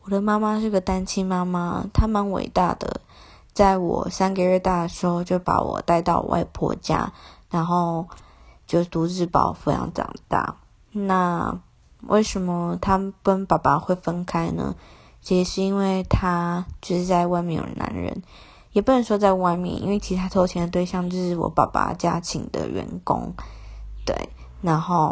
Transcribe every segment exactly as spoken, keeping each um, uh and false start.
我的妈妈是个单亲妈妈，她蛮伟大的，在我三个月大的时候就把我带到外婆家，然后就独自把我抚养长大。那为什么她跟爸爸会分开呢？其实是因为她就是在外面有男人，也不能说在外面，因为其实她偷情的对象就是我爸爸家请的员工。对，然后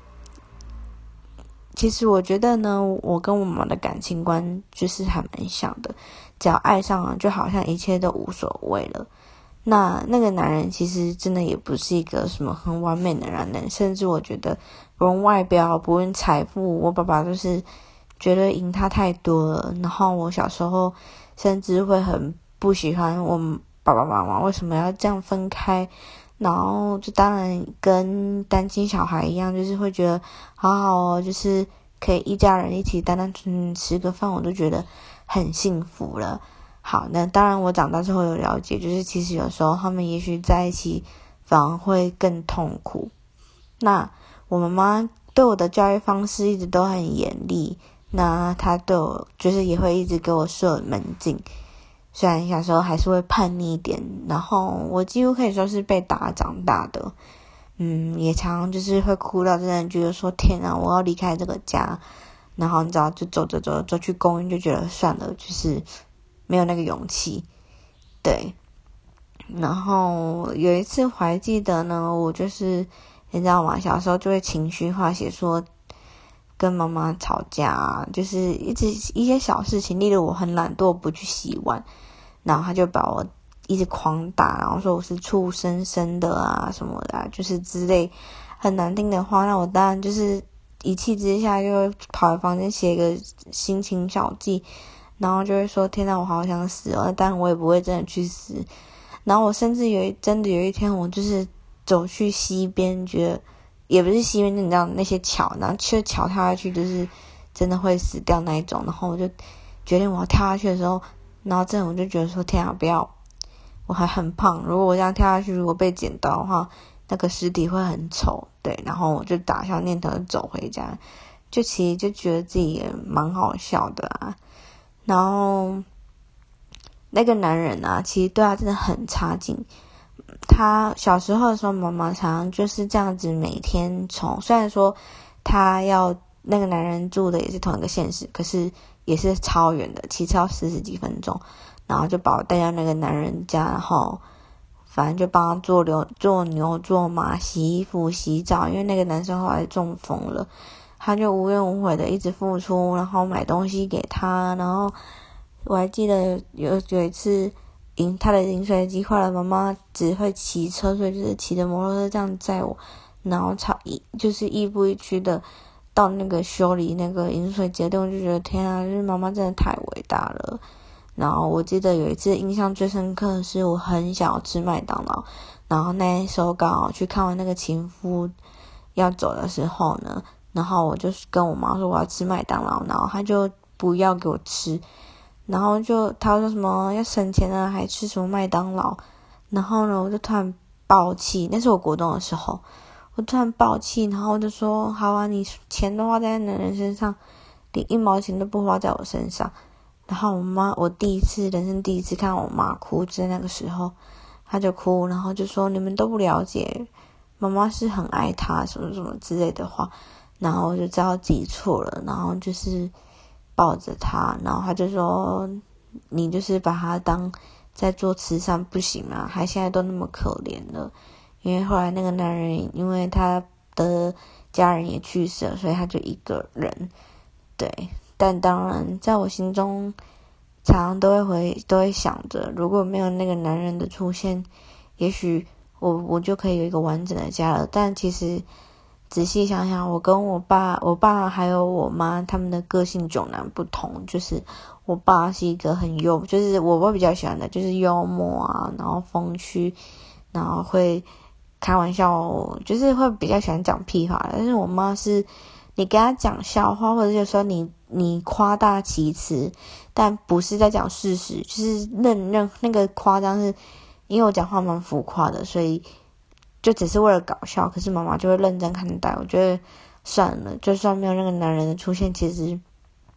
其实我觉得呢，我跟我妈妈的感情观就是还蛮像的，只要爱上了，就好像一切都无所谓了。那那个男人其实真的也不是一个什么很完美的男人，甚至我觉得不论外表，不论财富，我爸爸就是觉得赢他太多了。然后我小时候甚至会很不喜欢我爸爸妈妈为什么要这样分开，然后就当然跟单亲小孩一样，就是会觉得好好哦，就是可以一家人一起单单纯纯吃个饭，我都觉得很幸福了。好，那当然我长大之后有了解，就是其实有时候他们也许在一起反而会更痛苦。那我妈妈对我的教育方式一直都很严厉，那她对我就是也会一直给我设门禁，虽然小时候还是会叛逆一点，然后我几乎可以说是被打长大的。嗯，也常常就是会哭到真的觉得说天啊，我要离开这个家，然后你知道就走着走着走去公园，就觉得算了，就是没有那个勇气。对，然后有一次我还记得呢，我就是你知道吗，小时候就会情绪化写说跟妈妈吵架啊，就是一直一些小事情，例如我很懒惰不去洗碗，然后他就把我一直狂打，然后说我是畜生生的啊什么的啊，就是之类很难听的话。那我当然就是一气之下就会跑回房间写一个心情小记，然后就会说天哪，我好想死哦，当然我也不会真的去死。然后我甚至有一真的有一天，我就是走去溪边，觉得也不是溪边，你知道那些桥，然后去桥跳下去就是真的会死掉那一种。然后我就决定我要跳下去的时候，然后这我就觉得说天啊，不要，我还很胖，如果我这样跳下去，如果被捡到的话，那个尸体会很丑。对，然后我就打消念头走回家，就其实就觉得自己也蛮好笑的啊。然后那个男人啊，其实对他真的很差劲。他小时候的时候，妈妈常常就是这样子，每天从虽然说他要那个男人住的也是同一个县市，可是也是超远的，骑车要四十几分钟，然后就把我带到那个男人家，然后反正就帮他做牛做牛做马，洗衣服洗澡，因为那个男生后来中风了，他就无怨无悔的一直付出，然后买东西给他，然后我还记得有有一次饮他的饮水机坏了，妈妈只会骑车，所以就是骑着摩托车这样载我，然后超一就是亦步亦趋的到那个修理那个饮水机的店，我就觉得天啊，就是妈妈真的太伟大了。然后我记得有一次印象最深刻的是，我很想要吃麦当劳，然后那时候刚好去看完那个情夫要走的时候呢，然后我就跟我妈说我要吃麦当劳，然后她就不要给我吃。然后就他说什么要省钱啊，还吃什么麦当劳。然后呢，我就突然爆气，那是我国中的时候，我突然爆气，然后我就说好啊，你钱都花在男人身上，连一毛钱都不花在我身上。然后我妈，我第一次人生第一次看我妈哭，在那个时候她就哭，然后就说你们都不了解妈妈是很爱她什么什么之类的话。然后我就知道自己错了，然后就是抱着他，然后他就说你就是把他当在做慈善不行吗？还现在都那么可怜了。因为后来那个男人因为他的家人也去世了，所以他就一个人。对，但当然在我心中常常都会回都会想着，如果没有那个男人的出现，也许我我就可以有一个完整的家了。但其实仔细想想，我跟我爸我爸还有我妈他们的个性迥然不同。就是我爸是一个很幽就是我爸比较喜欢的就是幽默啊，然后风趣，然后会开玩笑，就是会比较喜欢讲屁话。但是我妈是你跟她讲笑话，或者有时候你你夸大其词，但不是在讲事实，就是认认那个夸张是因为我讲话蛮浮夸的，所以就只是为了搞笑，可是妈妈就会认真看待。我觉得算了，就算没有那个男人的出现，其实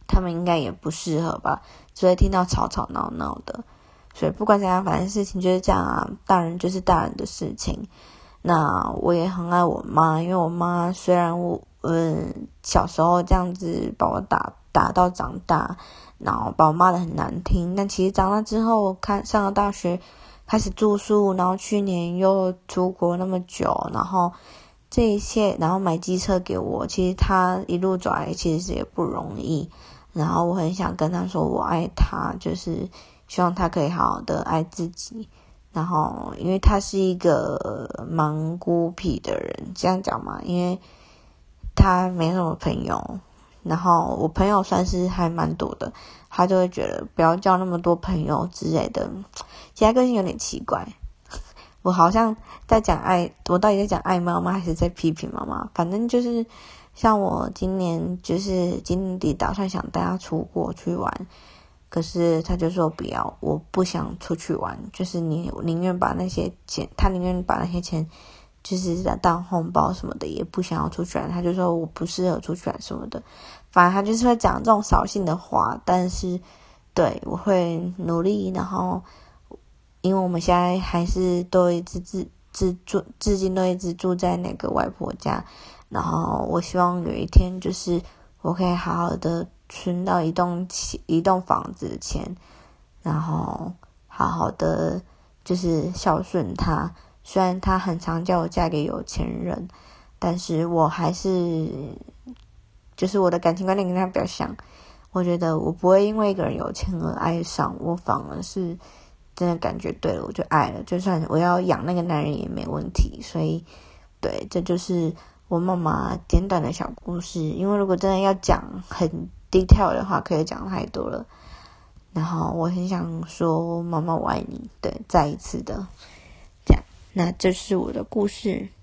他们应该也不适合吧，只会听到吵吵闹闹的。所以不管怎样，反正事情就是这样啊，大人就是大人的事情。那我也很爱我妈，因为我妈虽然我嗯小时候这样子把我打打到长大，然后把我骂得很难听，但其实长大之后，看上了大学，开始住宿，然后去年又出国那么久，然后这一切，然后买机车给我，其实他一路走来其实也不容易。然后我很想跟他说我爱他，就是希望他可以好好的爱自己。然后因为他是一个蛮孤僻的人，这样讲嘛，因为他没什么朋友，然后我朋友算是还蛮多的，他就会觉得不要交那么多朋友之类的。其实他个性有点奇怪，我好像在讲爱，我到底在讲爱妈妈还是在批评妈妈？反正就是像我今年就是今年底打算想带他出国去玩，可是他就说不要，我不想出去玩，就是你宁愿把那些钱，他宁愿把那些钱就是当红包什么的，也不想要出去玩。他就说我不适合出去玩什么的，反正他就是会讲这种扫兴的话。但是对，我会努力，然后因为我们现在还是都一直自自住，至今都一直住在那个外婆家，然后我希望有一天就是我可以好好的存到一栋一栋房子的钱，然后好好的就是孝顺他。虽然他很常叫我嫁给有钱人，但是我还是就是我的感情观念跟他比较像。我觉得我不会因为一个人有钱而爱上，我反而是真的感觉对了我就爱了，就算我要养那个男人也没问题。所以对，这就是我妈妈简短的小故事。因为如果真的要讲很 detail 的话，可以讲太多了。然后我很想说妈妈我爱你，对，再一次的这样。那这是我的故事。